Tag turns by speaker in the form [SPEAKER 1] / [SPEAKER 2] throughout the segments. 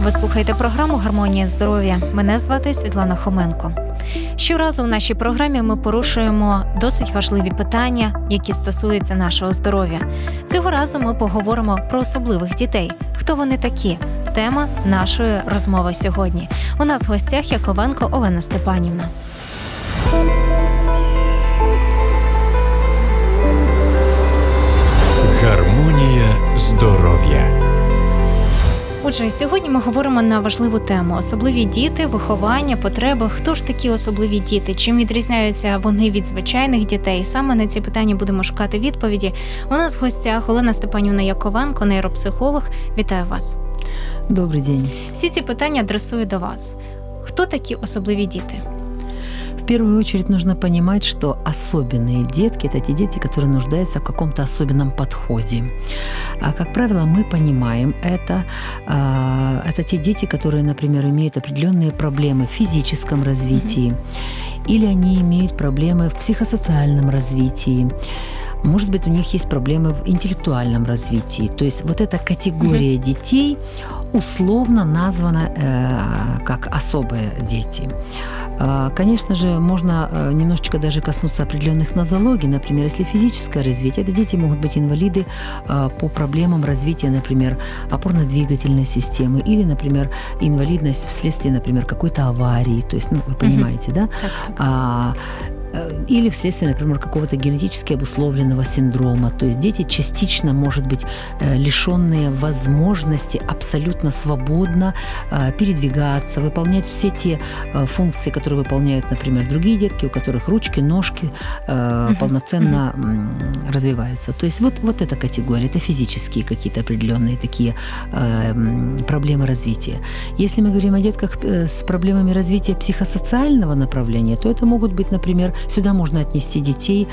[SPEAKER 1] Ви слухаєте програму «Гармонія здоров'я». Мене звати Світлана Хоменко. Щоразу у нашій програмі ми порушуємо досить важливі питання, які стосуються нашого здоров'я. Цього разу ми поговоримо про особливих дітей. Хто вони такі? Тема нашої розмови сьогодні. У нас в гостях Яковенко Олена Степанівна.
[SPEAKER 2] Гармонія здоров'я.
[SPEAKER 1] Отже, сьогодні ми говоримо на важливу тему – особливі діти, виховання, потреби. Хто ж такі особливі діти? Чим відрізняються вони від звичайних дітей? Саме на ці питання будемо шукати відповіді. У нас в гостях Олена Степанівна Яковенко, нейропсихолог. Вітаю вас.
[SPEAKER 3] Добрий день.
[SPEAKER 1] Всі ці питання адресую до вас. Хто такі особливі діти?
[SPEAKER 3] В первую очередь нужно понимать, что особенные детки – это те дети, которые нуждаются в каком-то особенном подходе. Как правило, мы понимаем это те дети, которые, например, имеют определенные проблемы в физическом развитии, или они имеют проблемы в психосоциальном развитии. Может быть, у них есть проблемы в интеллектуальном развитии. То есть вот эта категория детей условно названа как особые дети. Конечно же, можно немножечко даже коснуться определенных нозологий. Например, если физическое развитие, это дети могут быть инвалиды по проблемам развития, например, опорно-двигательной системы или, например, инвалидность вследствие, например, какой-то аварии. То есть, вы понимаете, да? Так. Или вследствие, например, какого-то генетически обусловленного синдрома. То есть дети частично, может быть, лишенные возможности абсолютно свободно передвигаться, выполнять все те функции, которые выполняют, например, другие детки, у которых ручки, ножки полноценно развиваются. То есть вот эта категория, это физические какие-то определенные такие проблемы развития. Если мы говорим о детках с проблемами развития психосоциального направления, то это могут быть, например, сюда можно отнести детей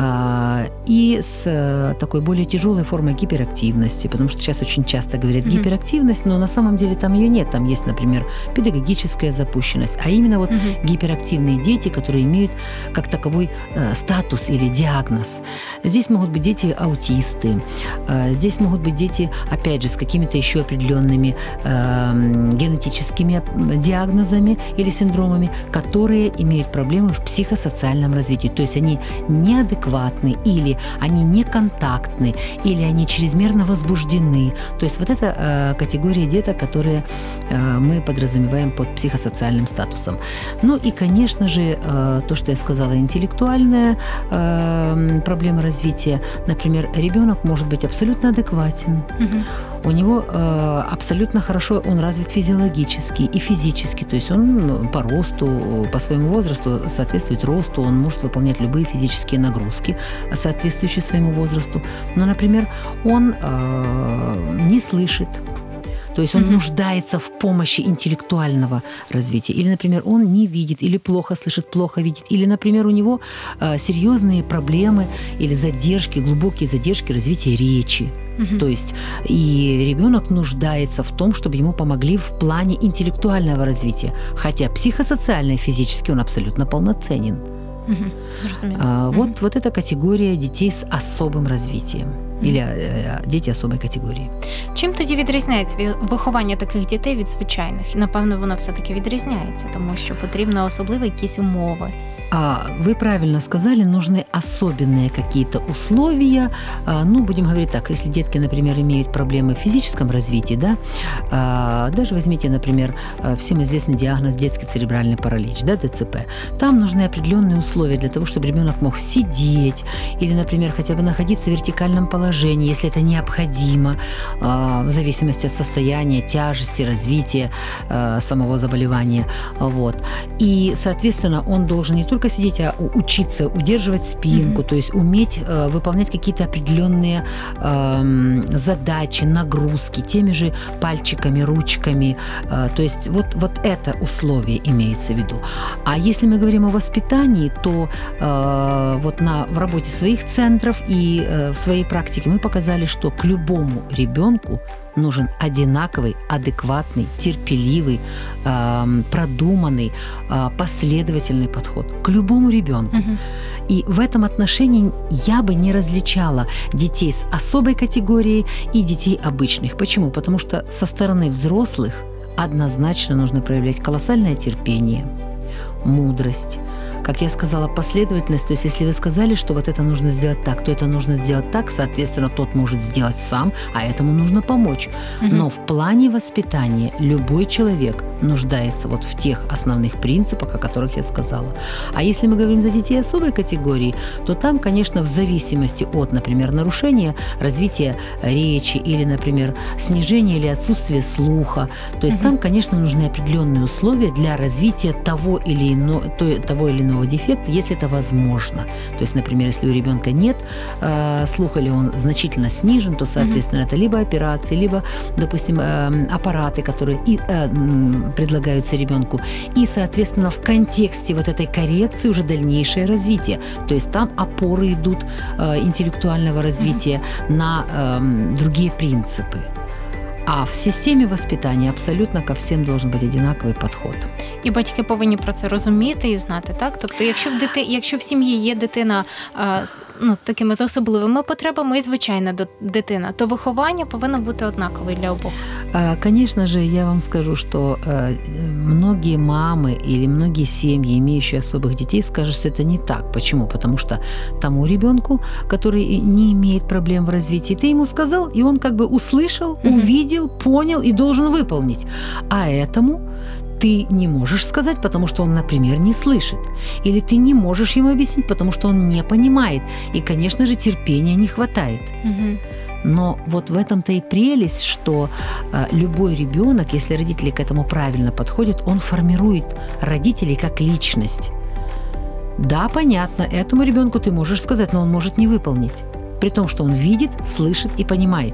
[SPEAKER 3] и с такой более тяжелой формой гиперактивности, потому что сейчас очень часто говорят гиперактивность, но на самом деле там ее нет. Там есть, например, педагогическая запущенность, а именно вот гиперактивные дети, которые имеют как таковой статус или диагноз. Здесь могут быть дети-аутисты, здесь могут быть дети, опять же, с какими-то еще определенными генетическими диагнозами или синдромами, которые имеют проблемы в психосоциальном развитии. То есть они неадекватны, или они неконтактны, или они чрезмерно возбуждены. То есть вот это категория деток, которые мы подразумеваем под психосоциальным статусом. Ну и, конечно же, то, что я сказала, интеллектуальная проблема развития. Например, ребенок может быть абсолютно адекватен. У него абсолютно хорошо он развит физиологически и физически. То есть он по росту, по своему возрасту соответствует росту, он может выполнять любые физические нагрузки, соответствующие своему возрасту. Но, например, он не слышит. То есть он нуждается в помощи интеллектуального развития. Или, например, он не видит, или плохо слышит, плохо видит. Или, например, у него серьезные проблемы или задержки, глубокие задержки развития речи. То есть и ребенок нуждается в том, чтобы ему помогли в плане интеллектуального развития. Хотя психосоциально и физически он абсолютно полноценен. Вот эта категория детей с особым развитием. Или діти особої категорії.
[SPEAKER 1] Чим тоді відрізняється виховання таких дітей від звичайних? Напевно, воно все-таки відрізняється, тому що потрібно особливі якісь умови.
[SPEAKER 3] Вы правильно сказали, нужны особенные какие-то условия. Будем говорить так, если детки, например, имеют проблемы в физическом развитии, да, даже возьмите, например, всем известный диагноз детский церебральный паралич, да, ДЦП. Там нужны определенные условия для того, чтобы ребенок мог сидеть или, например, хотя бы находиться в вертикальном положении, если это необходимо, в зависимости от состояния, тяжести, развития самого заболевания. Вот. И, соответственно, он должен не только сидеть, а учиться удерживать спинку, то есть уметь выполнять какие-то определенные задачи, нагрузки теми же пальчиками, ручками. То есть вот это условие имеется в виду. А если мы говорим о воспитании, то в работе своих центров и в своей практике мы показали, что к любому ребенку нужен одинаковый, адекватный, терпеливый, продуманный, последовательный подход к любому ребенку. И в этом отношении я бы не различала детей с особой категорией и детей обычных. Почему? Потому что со стороны взрослых однозначно нужно проявлять колоссальное терпение, мудрость. Как я сказала, последовательность. То есть, если вы сказали, что вот это нужно сделать так, то это нужно сделать так, соответственно, тот может сделать сам, а этому нужно помочь. Но в плане воспитания любой человек нуждается вот в тех основных принципах, о которых я сказала. А если мы говорим за детей особой категории, то там, конечно, в зависимости от, например, нарушения развития речи или, например, снижения или отсутствия слуха, то есть там, конечно, нужны определенные условия для развития того или иного дефекта, если это возможно. То есть, например, если у ребенка нет слуха или он значительно снижен, то, соответственно, это либо операции, либо, допустим, аппараты, которые предлагаются ребенку. И, соответственно, в контексте вот этой коррекции уже дальнейшее развитие. То есть там опоры идут интеллектуального развития на другие принципы. А в системі воспитання абсолютно ко всім должен бути однаковий підход.
[SPEAKER 1] І батьки повинні про це розуміти і знати, так? Тобто, якщо в сім'ї є дитина з такими з особливими потребами і звичайна дитина, то виховання повинно бути однакове для обох.
[SPEAKER 3] Конечно же, я вам скажу, что многие мамы или многие семьи, имеющие особых детей, скажут, что это не так. Почему? Потому что тому ребенку, который не имеет проблем в развитии, ты ему сказал, и он как бы услышал, увидел, понял и должен выполнить. А этому ты не можешь сказать, потому что он, например, не слышит. Или ты не можешь ему объяснить, потому что он не понимает. И, конечно же, терпения не хватает. Но вот в этом-то и прелесть, что любой ребенок, если родители к этому правильно подходят, он формирует родителей как личность. Да, понятно, этому ребенку ты можешь сказать, но он может не выполнить. При том, что он видит, слышит и понимает.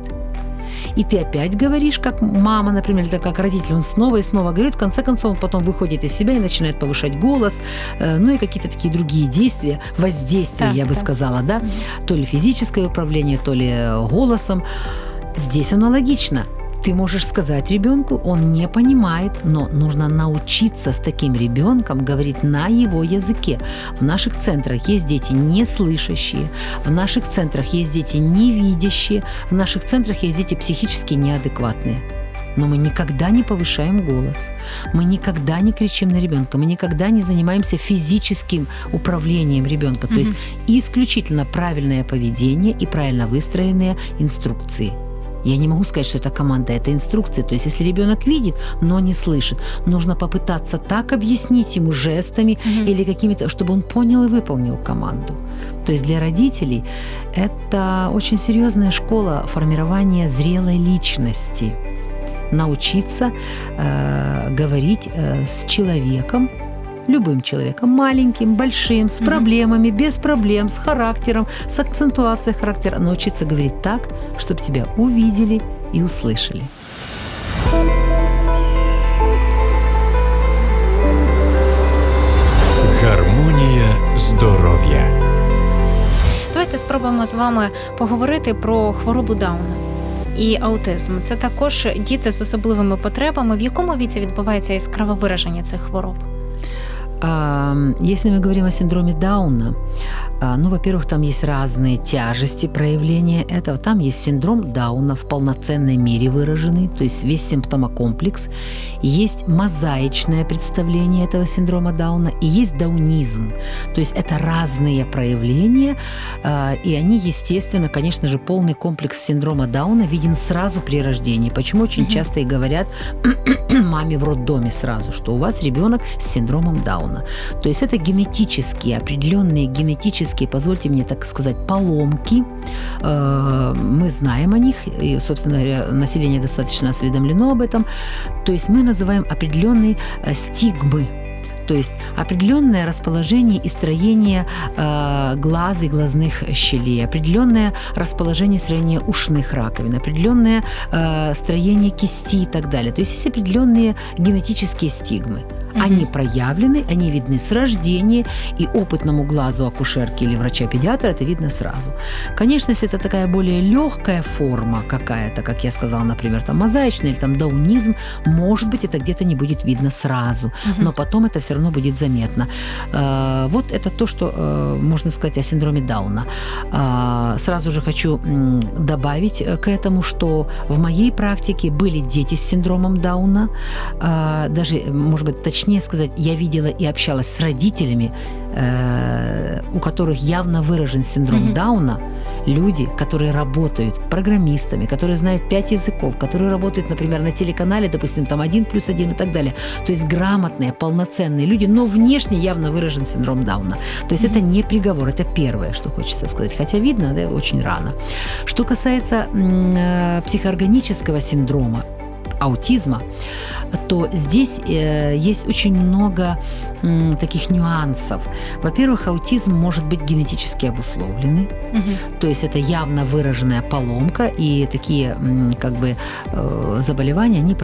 [SPEAKER 3] И ты опять говоришь, как мама, например, или как родитель, он снова и снова говорит, в конце концов он потом выходит из себя и начинает повышать голос, ну и какие-то такие другие действия, воздействия, я бы сказала, да, то ли физическое управление, то ли голосом. Здесь аналогично. Ты можешь сказать ребенку, он не понимает, но нужно научиться с таким ребенком говорить на его языке. В наших центрах есть дети неслышащие, в наших центрах есть дети невидящие, в наших центрах есть дети психически неадекватные. Но мы никогда не повышаем голос, мы никогда не кричим на ребенка, мы никогда не занимаемся физическим управлением ребенка. То есть исключительно правильное поведение и правильно выстроенные инструкции. Я не могу сказать, что это команда, это инструкция. То есть, если ребенок видит, но не слышит, нужно попытаться так объяснить ему жестами или какими-то, чтобы он понял и выполнил команду. То есть для родителей это очень серьезная школа формирования зрелой личности. Научиться говорить с человеком, любым человеком, маленьким, большим, с проблемами, без проблем, с характером, с акцентуацией характера, научиться говорить так, чтобы тебя увидели и услышали.
[SPEAKER 2] Гармонія здоров'я.
[SPEAKER 1] Давайте спробуємо з вами поговорити про хворобу Дауна і аутизм. Це також діти з особливими потребами. В якому віці відбувається яскраве вираження цих хвороб?
[SPEAKER 3] Если мы говорим о синдроме Дауна, ну, во-первых, там есть разные тяжести проявления этого. Там есть синдром Дауна в полноценной мере выраженный, то есть весь симптомокомплекс. Есть мозаичное представление этого синдрома Дауна и есть даунизм. То есть это разные проявления, и они, естественно, конечно же, полный комплекс синдрома Дауна виден сразу при рождении. Почему очень часто и говорят маме в роддоме сразу, что у вас ребенок с синдромом Дауна. То есть это генетические, определенные генетические, позвольте мне так сказать, поломки. Мы знаем о них, и, собственно говоря, население достаточно осведомлено об этом. То есть мы называем определенные стигмы. То есть определенное расположение и строение глаз и глазных щелей, определенное расположение и строение ушных раковин, определенное строение кисти и так далее. То есть есть определенные генетические стигмы. Они проявлены, они видны с рождения, и опытному глазу акушерки или врача-педиатра это видно сразу. Конечно, если это такая более легкая форма какая-то, как я сказала, например, там мозаичная или там даунизм, может быть, это где-то не будет видно сразу, но потом это все равно будет заметно. Вот это то, что можно сказать о синдроме Дауна. Сразу же хочу добавить к этому, что в моей практике были дети с синдромом Дауна. Даже, может быть, точнее сказать, я видела и общалась с родителями, у которых явно выражен синдром Дауна, люди, которые работают программистами, которые знают 5 языков, которые работают, например, на телеканале, допустим, там 1+1 и так далее. То есть грамотные, полноценные люди, но внешне явно выражен синдром Дауна. То есть это не приговор, это первое, что хочется сказать. Хотя видно, да, очень рано. Что касается психоорганического синдрома, аутизма, то здесь есть очень много таких нюансов. Во-первых, аутизм может быть генетически обусловленный, то есть это явно выраженная поломка, и такие как бы заболевания, они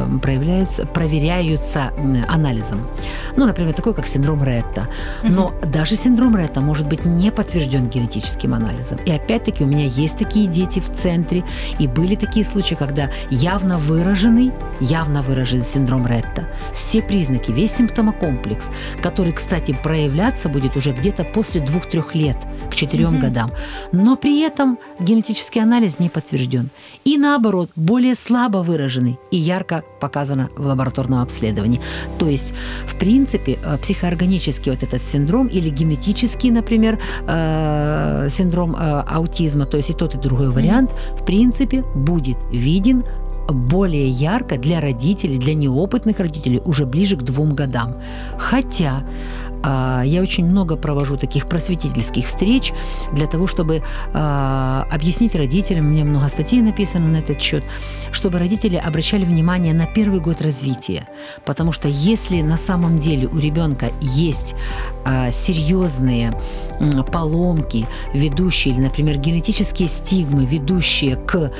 [SPEAKER 3] проверяются анализом. Ну, например, такой, как синдром Ретта. Но даже синдром Ретта может быть не подтвержден генетическим анализом. И опять-таки у меня есть такие дети в центре, и были такие случаи, когда явно выражен синдром Ретта. Все признаки, весь симптомокомплекс, который, кстати, проявляться будет уже где-то после 2-3 лет, к 4 годам. Но при этом генетический анализ не подтвержден. И наоборот, более слабо выраженный и ярко показано в лабораторном обследовании. То есть, в принципе, психоорганический вот этот синдром или генетический, например, синдром аутизма, то есть и тот, и другой вариант, в принципе, будет виден более ярко для родителей, для неопытных родителей уже ближе к 2 годам. Хотя я очень много провожу таких просветительских встреч для того, чтобы объяснить родителям, у меня много статей написано на этот счет, чтобы родители обращали внимание на первый год развития. Потому что если на самом деле у ребенка есть серьезные поломки, ведущие, или, например, генетические стигмы, ведущие к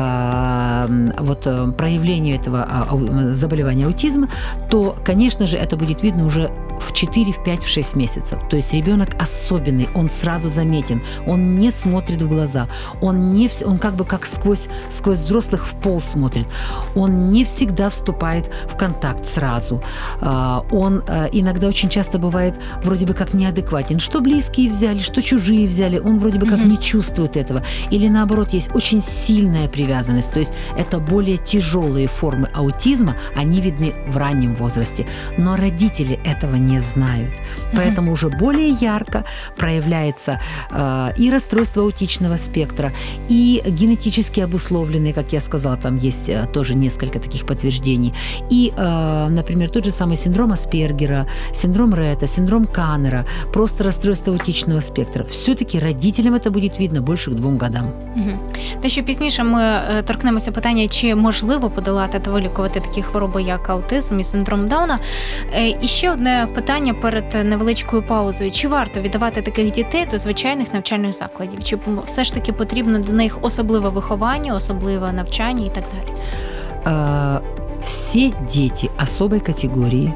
[SPEAKER 3] проявлению этого заболевания аутизма, то, конечно же, это будет видно уже в 4, в 5, в 6 месяцев. То есть ребенок особенный, он сразу заметен, он не смотрит в глаза, он как бы как сквозь взрослых в пол смотрит, он не всегда вступает в контакт сразу, он иногда очень часто бывает вроде бы как неадекватен, что близкие взяли, что чужие взяли, он вроде бы как не чувствует этого, или наоборот, есть очень сильная привязанность, то есть это более тяжелые формы аутизма, они видны в раннем возрасте, но родители этого не знают. Поэтому уже более ярко проявляется и расстройство аутичного спектра, и генетически обусловленные, как я сказала, там есть тоже несколько таких подтверждений. И, например, тот же самый синдром Аспергера, синдром Ретта, синдром Каннера, просто расстройство аутичного спектра. Все-таки родителям это буде видно більше к 2 годам.
[SPEAKER 1] Те, що пізніше ми торкнемося питання, чи можливо подолати та вилікувати такі хвороби, як аутизм і синдром Дауна. І ще одне питання перед невеличкою паузою. Чи варто віддавати таких дітей до звичайних навчальних закладів? Чи все ж таки потрібно до них особливе виховання, особливе навчання і так далі?
[SPEAKER 3] Все дети особой категории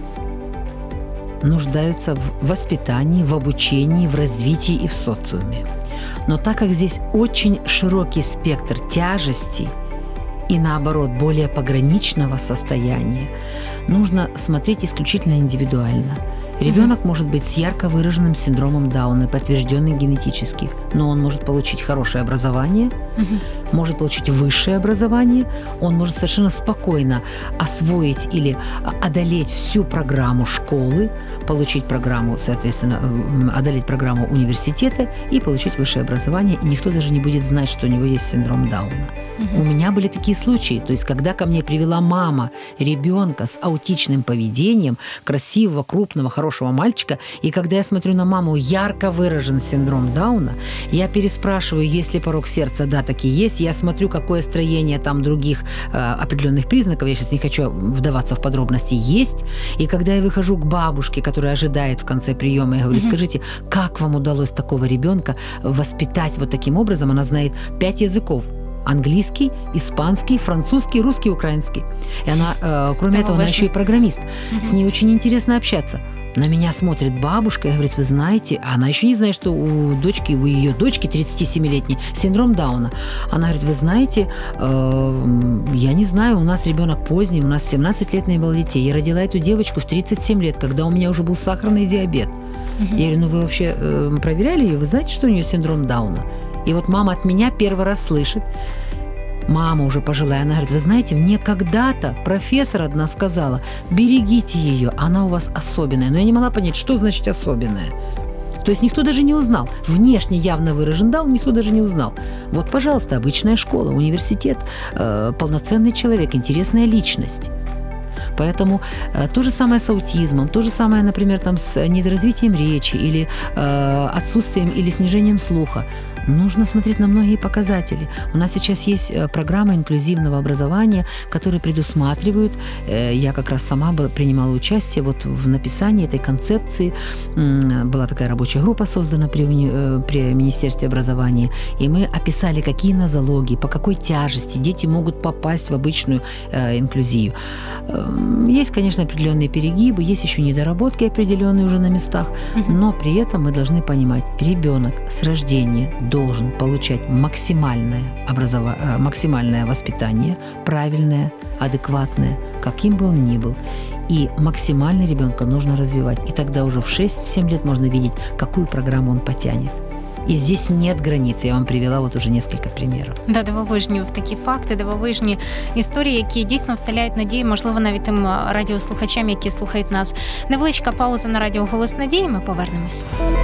[SPEAKER 3] нуждаются в воспитании, в обучении, в развитии и в социуме. Но так как здесь очень широкий спектр тяжестей и, наоборот, более пограничного состояния, нужно смотреть исключительно индивидуально. Ребенок может быть с ярко выраженным синдромом Дауна, подтвержденный генетически, но он может получить хорошее образование, может получить высшее образование, он может совершенно спокойно освоить или одолеть всю программу школы, получить программу, соответственно, одолеть программу университета и получить высшее образование, и никто даже не будет знать, что у него есть синдром Дауна. У меня были такие случаи, то есть когда ко мне привела мама ребенка с аутичным поведением, красивого, крупного, хорошего мальчика, и когда я смотрю на маму, ярко выражен синдром Дауна, я переспрашиваю, есть ли порог сердца, да, такие есть, я смотрю, какое строение там других определенных признаков, я сейчас не хочу вдаваться в подробности, есть, и когда я выхожу к бабушке, которая ожидает в конце приема, я говорю, скажите, как вам удалось такого ребенка воспитать вот таким образом, она знает 5 языков, английский, испанский, французский, русский, украинский. И она, кроме этого, она еще и программист. С ней очень интересно общаться. На меня смотрит бабушка и говорит: вы знаете, она еще не знает, что у ее дочки 37-летней синдром Дауна. Она говорит: вы знаете, я не знаю, у нас ребенок поздний, у нас 17 лет не было детей. Я родила эту девочку в 37 лет, когда у меня уже был сахарный диабет. Я говорю: ну вы вообще проверяли ее? Вы знаете, что у нее синдром Дауна? И вот мама от меня первый раз слышит. Мама уже пожилая, она говорит: вы знаете, мне когда-то профессор одна сказала: берегите ее, она у вас особенная. Но я не могла понять, что значит особенная. То есть никто даже не узнал. Внешне явно выражен Даун, никто даже не узнал. Вот, пожалуйста, обычная школа, университет, полноценный человек, интересная личность. Поэтому то же самое с аутизмом, то же самое, например, там, с недоразвитием речи или отсутствием или снижением слуха. Нужно смотреть на многие показатели. У нас сейчас есть программа инклюзивного образования, которые предусматривают, я как раз сама принимала участие вот в написании этой концепции. Была такая рабочая группа создана при Министерстве образования, и мы описали, какие нозологии, по какой тяжести дети могут попасть в обычную инклюзию. Есть, конечно, определенные перегибы, есть еще недоработки определенные уже на местах, но при этом мы должны понимать, ребенок с рождения должен получать максимальное воспитание, правильное, адекватное, каким бы он ни был. И максимально ребенка нужно развивать. И тогда уже в 6-7 лет можно видеть, какую программу он потянет. І здесь нет границ. Я вам привела вот уже несколько примерів.
[SPEAKER 1] Да, дивовижні такі факти, дивовижні історії, які дійсно вселяють надію, можливо, навіть тим радіослухачам, які слухають нас. Невеличка пауза на радіо «Голос надії», ми повернемось.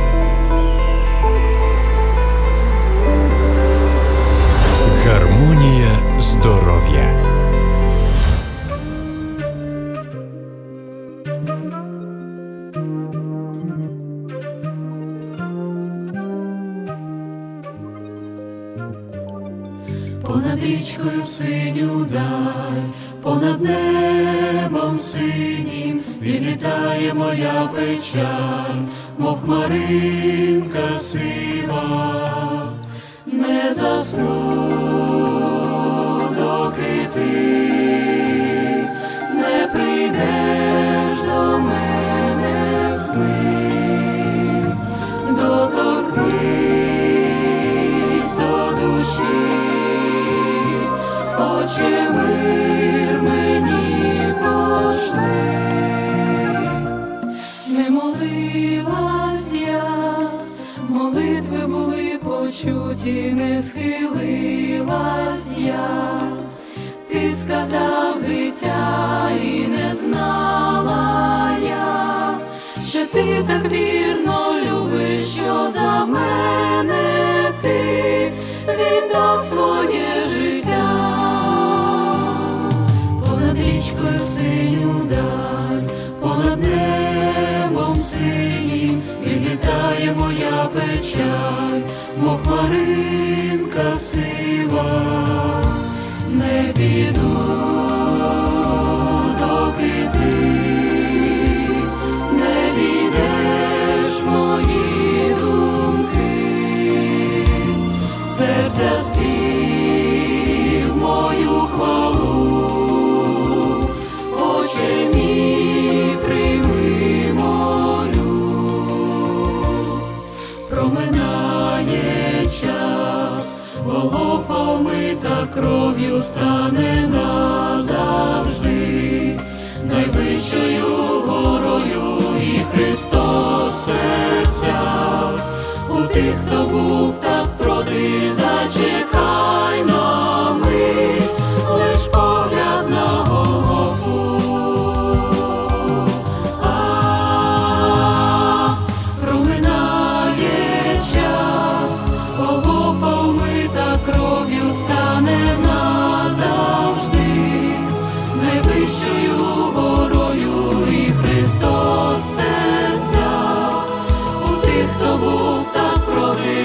[SPEAKER 2] Гармонія здоров'я.
[SPEAKER 4] Понад річкою синю даль, понад небом синім відлітає моя печаль, мов хмаринка сива. Не засну, доки ти не прийдеш до мене в сни, доторкнись до душі, Отче, мир мені пошли. Не молилась я, молитви були почуті, не схилилась я. Ти сказав, дитя, і не знала я, що ти так вірно любиш, що за мене ти віддав своє життя. Понад річкою синю даль, понад небом синім відлітає моя печаль, мов хмаринка сива. Не піду, доки ти не війдеш в мої думки, серця спів мою хвалу, Отче мій, прийми молю. Проминає час, Голгофа омита кров'ю стане назавжди, найвищою горою і Христос в серцях. У тих, хто був так проти, зачекай на мить, лиш погляд на Голгофу. Проминає час, Голгофа омита кров'ю стане назавжди, найвищою горою і Христос в серцях. У тих, хто був так проти,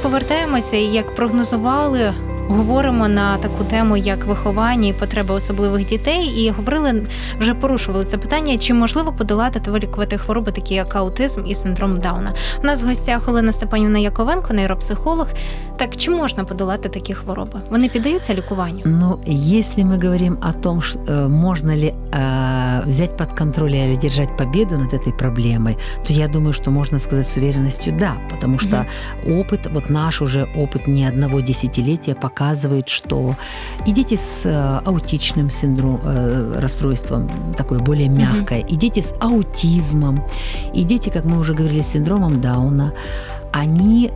[SPEAKER 1] повертаємося і, як прогнозували, говоримо на таку тему, як виховання і потреби особливих дітей, і говорили, вже порушували це питання, чи можливо подолати та вилікувати хвороби, такі як аутизм і синдром Дауна. У нас в гостях Олена Степанівна Яковенко, нейропсихолог. Так, чи можна подолати такі хвороби? Вони піддаються лікуванню?
[SPEAKER 3] Ну, если мы говорим о том, можно ли взять под контроль или держать победу над этой проблемой, то я думаю, что можно сказать с уверенностью «да», потому что опыт, вот наш уже опыт не одного десятилетия показывает, что и дети с аутичным расстройством, такое более мягкое, и дети с аутизмом, и дети, как мы уже говорили, с синдромом Дауна, они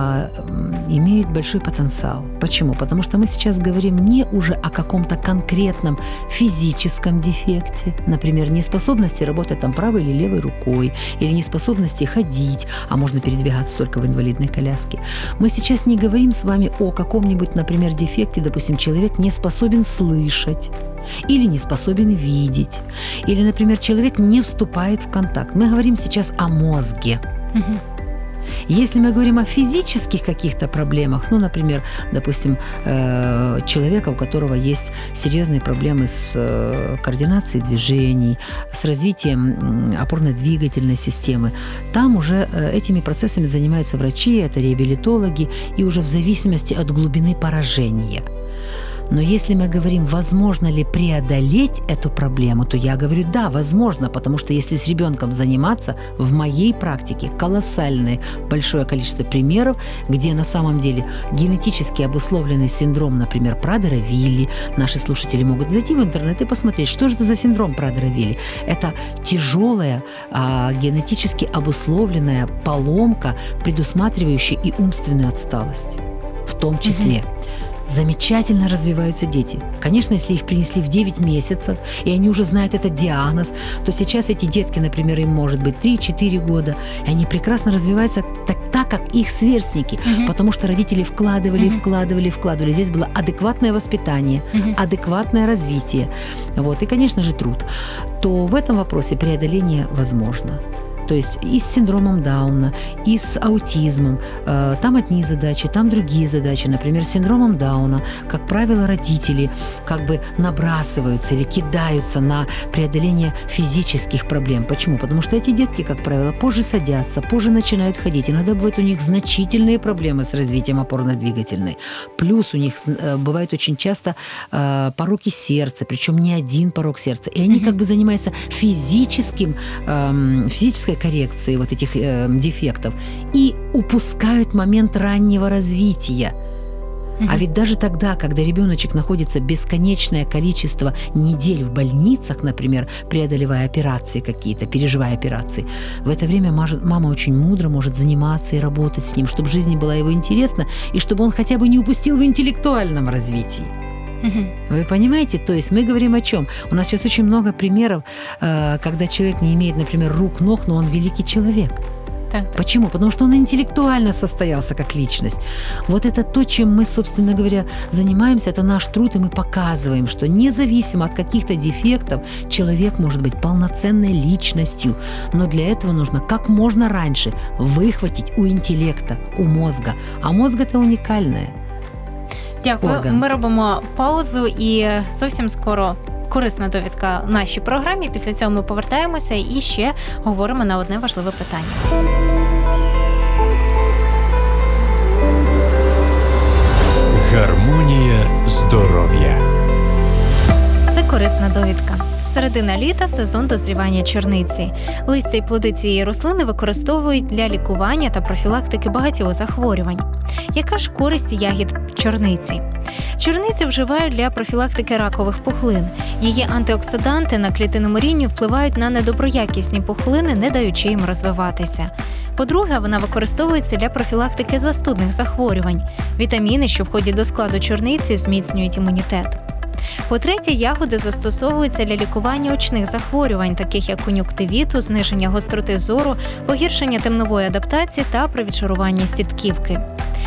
[SPEAKER 3] имеют большой потенциал. Почему? Потому что мы сейчас говорим не уже о каком-то конкретном физическом дефекте, например, неспособности работать там правой или левой рукой, или неспособности ходить, а можно передвигаться только в инвалидной коляске. Мы сейчас не говорим с вами о каком-нибудь, например, дефекте, допустим, человек не способен слышать, или не способен видеть, или, например, человек не вступает в контакт. Мы говорим сейчас о мозге. Если мы говорим о физических каких-то проблемах, ну, например, допустим, человека, у которого есть серьезные проблемы с координацией движений, с развитием опорно-двигательной системы, там уже этими процессами занимаются врачи, это реабилитологи, и уже в зависимости от глубины поражения. Но если мы говорим, возможно ли преодолеть эту проблему, то я говорю, да, возможно, потому что если с ребенком заниматься, в моей практике колоссальное большое количество примеров, где на самом деле генетически обусловленный синдром, например, Прадера-Вилли, наши слушатели могут зайти в интернет и посмотреть, что же это за синдром Прадера-Вилли. Это тяжелая генетически обусловленная поломка, предусматривающая и умственную отсталость в том числе. Замечательно развиваются дети. Конечно, если их принесли в 9 месяцев, и они уже знают этот диагноз, то сейчас эти детки, например, им может быть 3-4 года, и они прекрасно развиваются так как их сверстники, потому что родители вкладывали. Здесь было адекватное воспитание, адекватное развитие, вот, и, конечно же, труд. То в этом вопросе преодоление возможно. То есть и с синдромом Дауна, и с аутизмом. Там одни задачи, там другие задачи. Например, с синдромом Дауна, как правило, родители как бы набрасываются или кидаются на преодоление физических проблем. Почему? Потому что эти детки, как правило, позже садятся, позже начинают ходить. Иногда бывают у них значительные проблемы с развитием опорно-двигательной. Плюс у них бывают очень часто пороки сердца, причем не один порок сердца. И они как бы занимаются физической коррекции вот этих дефектов и упускают момент раннего развития. А ведь даже тогда, когда ребеночек находится бесконечное количество недель в больницах, например, преодолевая операции какие-то, переживая операции, в это время мама очень мудро может заниматься и работать с ним, чтобы жизнь была его интересна, и чтобы он хотя бы не упустил в интеллектуальном развитии. Вы понимаете? То есть мы говорим о чем? У нас сейчас очень много примеров, когда человек не имеет, например, рук, ног, но он великий человек.
[SPEAKER 1] Так.
[SPEAKER 3] Почему? Потому что он интеллектуально состоялся как личность. Вот это то, чем мы, собственно говоря, занимаемся, это наш труд, и мы показываем, что независимо от каких-то дефектов человек может быть полноценной личностью, но для этого нужно как можно раньше выхватить у интеллекта, у мозга. А мозг – это уникальное.
[SPEAKER 1] Дякую.
[SPEAKER 3] Орган.
[SPEAKER 1] Ми робимо паузу і зовсім скоро корисна довідка в нашій програмі. Після цього ми повертаємося і ще говоримо на одне важливе питання.
[SPEAKER 2] Гармонія здоров'я.
[SPEAKER 1] Це корисна довідка. Середина літа – сезон дозрівання чорниці. Листя і плоди цієї рослини використовують для лікування та профілактики багатьох захворювань. Яка ж користь ягід чорниці? Чорницю вживають для профілактики ракових пухлин. Її антиоксиданти на клітинному рівні впливають на недоброякісні пухлини, не даючи їм розвиватися. По-друге, вона використовується для профілактики застудних захворювань. Вітаміни, що входять до складу чорниці, зміцнюють імунітет. По-третє, ягоди застосовуються для лікування очних захворювань, таких як кон'юнктивіту, зниження гостроти зору, погіршення темнової адаптації та при відшаруванні сітківки.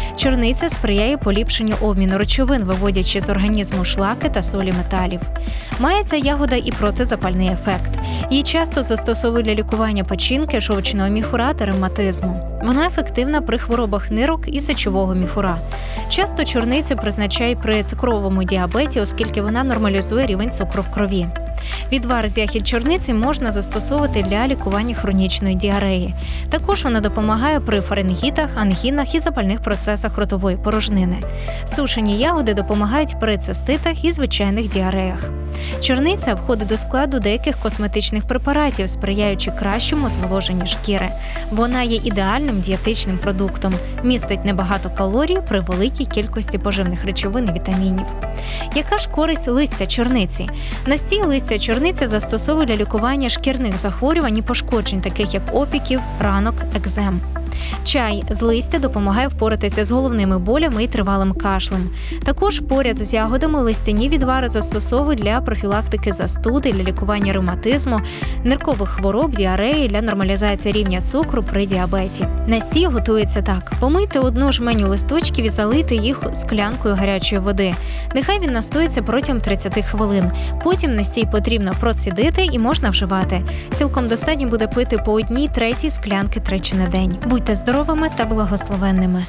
[SPEAKER 1] Чорниця сприяє поліпшенню обміну речовин, виводячи з організму шлаки та солі металів. Має ця ягода і протизапальний ефект. Її часто застосовують для лікування печінки, жовчного міхура та ревматизму. Вона ефективна при хворобах нирок і сечового міхура. Часто чорницю призначають при цукровому діабеті, оскільки вона нормалізує рівень цукру в крові. Відвар з ягід чорниці можна застосовувати для лікування хронічної діареї. Також вона допомагає при фарингітах, ангінах і запальних процесах ротової порожнини. Сушені ягоди допомагають при циститах і звичайних діареях. Чорниця входить до складу деяких косметичних препаратів, сприяючи кращому зволоженню шкіри. Вона є ідеальним дієтичним продуктом, містить небагато калорій при великій кількості поживних речовин і вітамінів. Яка ж користь листя чорниці? Настій листя чорниці застосовують для лікування шкірних захворювань і пошкоджень, таких як опіків, ранок, екзем. Чай з листя допомагає впоратися з головними болями і тривалим кашлем. Також поряд з ягодами листяні відвари застосовують для профілактики застуди, для лікування ревматизму, ниркових хвороб, діареї, для нормалізації рівня цукру при діабеті. Настій готується так. Помийте одну жменю листочків і залийте їх склянкою гарячої води. Нехай він настоїться протягом 30 хвилин. Потім настій потрібно процідити і можна вживати. Цілком достатньо буде пити по 1/3 склянки тричі на день. Будьте здоровими та благословенними.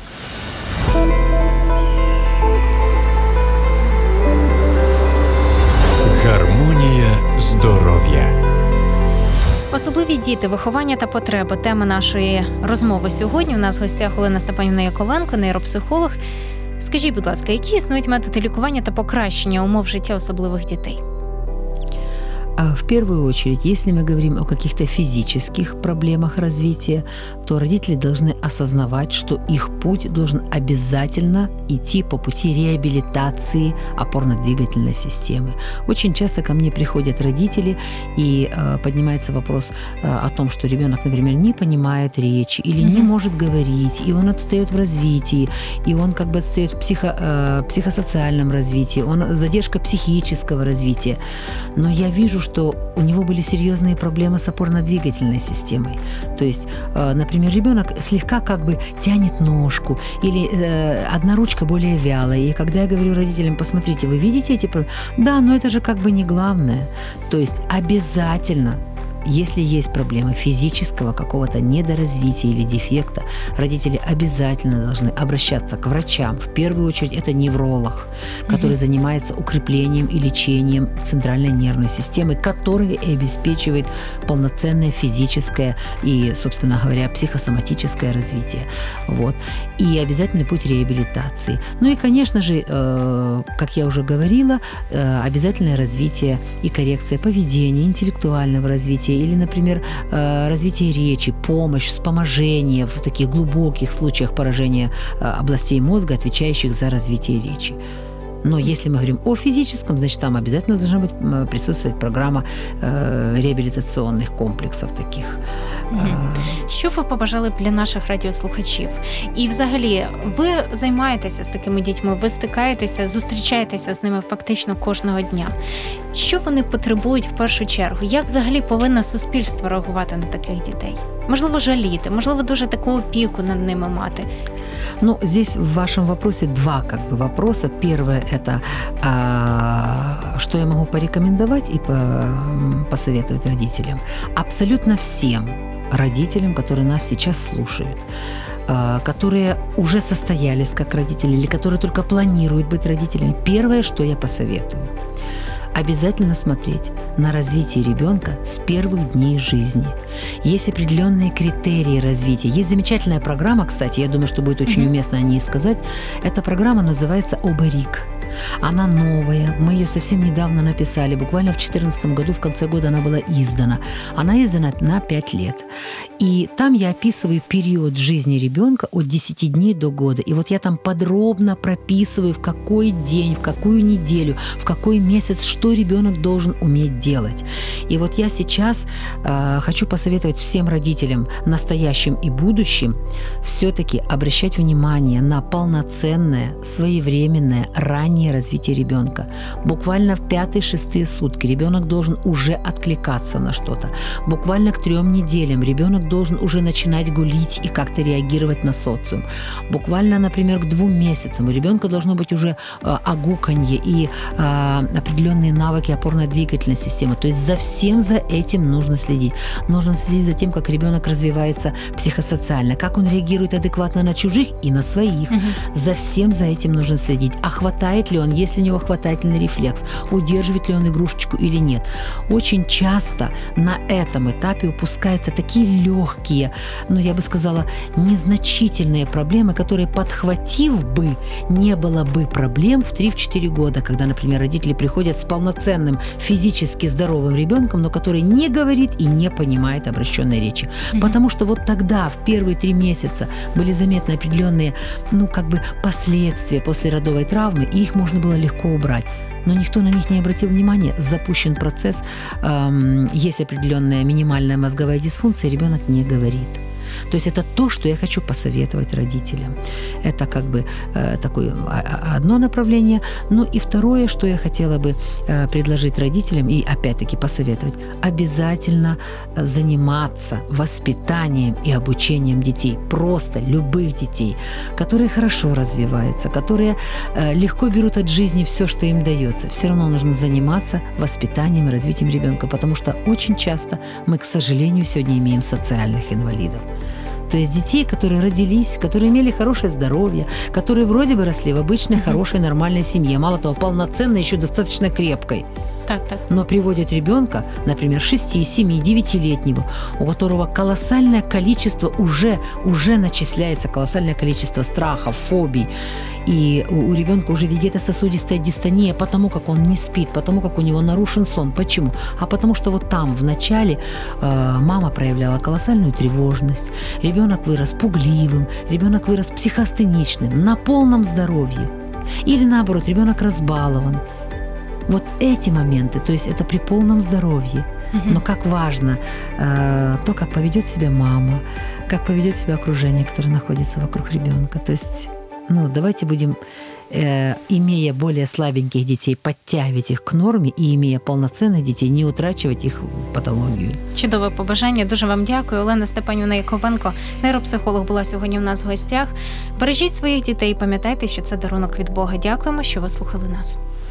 [SPEAKER 2] Гармонія здоров'я.
[SPEAKER 1] Особливі діти, виховання та потреби – тема нашої розмови сьогодні. У нас в гостях Олена Степанівна Яковенко, нейропсихолог. Скажіть, будь ласка, які існують методи лікування та покращення умов життя особливих дітей?
[SPEAKER 3] В первую очередь, если мы говорим о каких-то физических проблемах развития, то родители должны осознавать, что их путь должен обязательно идти по пути реабилитации опорно-двигательной системы. Очень часто ко мне приходят родители, и поднимается вопрос о том, что ребенок, например, не понимает речи или не может говорить, и он отстает в развитии, и он как бы отстает в психосоциальном развитии, задержка психического развития. Но я вижу, что у него были серьезные проблемы с опорно-двигательной системой. То есть, например, ребенок слегка как бы тянет ножку, или одна ручка более вялая. И когда я говорю родителям, посмотрите, вы видите эти проблемы? Да, но это же как бы не главное. То есть обязательно, если есть проблемы физического какого-то недоразвития или дефекта, родители обязательно должны обращаться к врачам. В первую очередь это невролог, который занимается укреплением и лечением центральной нервной системы, которая и обеспечивает полноценное физическое и, собственно говоря, психосоматическое развитие. Вот. И обязательный путь реабилитации. Ну и, конечно же, как я уже говорила, обязательное развитие и коррекция поведения, интеллектуального развития, или, например, развитие речи, помощь, вспоможение в таких глубоких случаях поражения областей мозга, отвечающих за развитие речи. Но если мы говорим о физическом, значит, там обязательно должна быть присутствовать программа реабилитационных комплексов таких.
[SPEAKER 1] Що ви побажали б для наших радіослухачів? І взагалі, ви займаєтеся з такими дітьми, ви стикаєтеся, зустрічаєтеся з ними фактично кожного дня. Що вони потребують в першу чергу? Як взагалі повинно суспільство реагувати на таких дітей? Можливо, жаліти, можливо, дуже таку опіку над ними мати.
[SPEAKER 3] Ну, здесь в вашем вопросе два вопроса. Первое – это что я могу порекомендовать и посоветовать родителям. Абсолютно всем родителям, которые нас сейчас слушают, которые уже состоялись как родители или которые только планируют быть родителями, первое, что я посоветую – обязательно смотреть на развитие ребенка с первых дней жизни. Есть определенные критерии развития. Есть замечательная программа, кстати, я думаю, что будет очень уместно о ней сказать. Эта программа называется «Оберик». Она новая, мы ее совсем недавно написали, буквально в 2014 году, в конце года она была издана. Она издана на 5 лет. И там я описываю период жизни ребенка от 10 дней до года. И вот я там подробно прописываю, в какой день, в какую неделю, в какой месяц, что ребенок должен уметь делать. И вот я сейчас хочу посоветовать всем родителям, настоящим и будущим, все-таки обращать внимание на полноценное, своевременное, раннее воспитание и развитие ребенка. Буквально в 5-6 сутки ребенок должен уже откликаться на что-то. Буквально к 3 неделям ребенок должен уже начинать гулить и как-то реагировать на социум. Буквально, например, к 2 месяцам у ребенка должно быть уже огуканье и определенные навыки опорно-двигательной системы. То есть за всем за этим нужно следить. Нужно следить за тем, как ребенок развивается психосоциально, как он реагирует адекватно на чужих и на своих. За всем за этим нужно следить. А хватает ли он, есть ли у него хватательный рефлекс, удерживает ли он игрушечку или нет. Очень часто на этом этапе упускаются такие легкие, я бы сказала, незначительные проблемы, которые, подхватив бы, не было бы проблем в 3-4 года, когда, например, родители приходят с полноценным физически здоровым ребенком, но который не говорит и не понимает обращенной речи. Потому что вот тогда, в первые 3 месяца, были заметны определенные, последствия после родовой травмы, и их можно было легко убрать. Но никто на них не обратил внимания. Запущен процесс, есть определенная минимальная мозговая дисфункция, ребенок не говорит. То есть это то, что я хочу посоветовать родителям. Это такое одно направление. И второе, что я хотела бы предложить родителям и опять-таки посоветовать, обязательно заниматься воспитанием и обучением детей. Просто любых детей, которые хорошо развиваются, которые легко берут от жизни все, что им дается. Все равно нужно заниматься воспитанием и развитием ребенка, потому что очень часто мы, к сожалению, сегодня имеем социальных инвалидов. То есть детей, которые родились, которые имели хорошее здоровье, которые вроде бы росли в обычной, хорошей, нормальной семье. Мало того, полноценной, еще достаточно крепкой.
[SPEAKER 1] Так.
[SPEAKER 3] Но приводят ребенка, например, 6, 7, 9-летнего, у которого колоссальное количество, уже начисляется колоссальное количество страхов, фобий. И у ребенка уже вегетососудистая дистония, потому как он не спит, потому как у него нарушен сон. Почему? А потому что вот там в начале мама проявляла колоссальную тревожность, ребенок вырос пугливым, ребенок вырос психоастеничным, на полном здоровье. Или наоборот, ребенок разбалован. Вот эти моменты, то есть это при полном здоровье. Но как важно то, как поведет себя мама, как поведет себя окружение, которое находится вокруг ребенка. То есть, давайте будем, имея более слабеньких детей, подтягивать их к норме и, имея полноценных детей, не утрачивать их в патологію.
[SPEAKER 1] Чудове побажання. Дуже вам дякую. Олена Степанівна Яковенко, нейропсихолог, була сьогодні в нас в гостях. Бережіть своїх дітей і пам'ятайте, що це дарунок від Бога. Дякуємо, що ви слухали нас.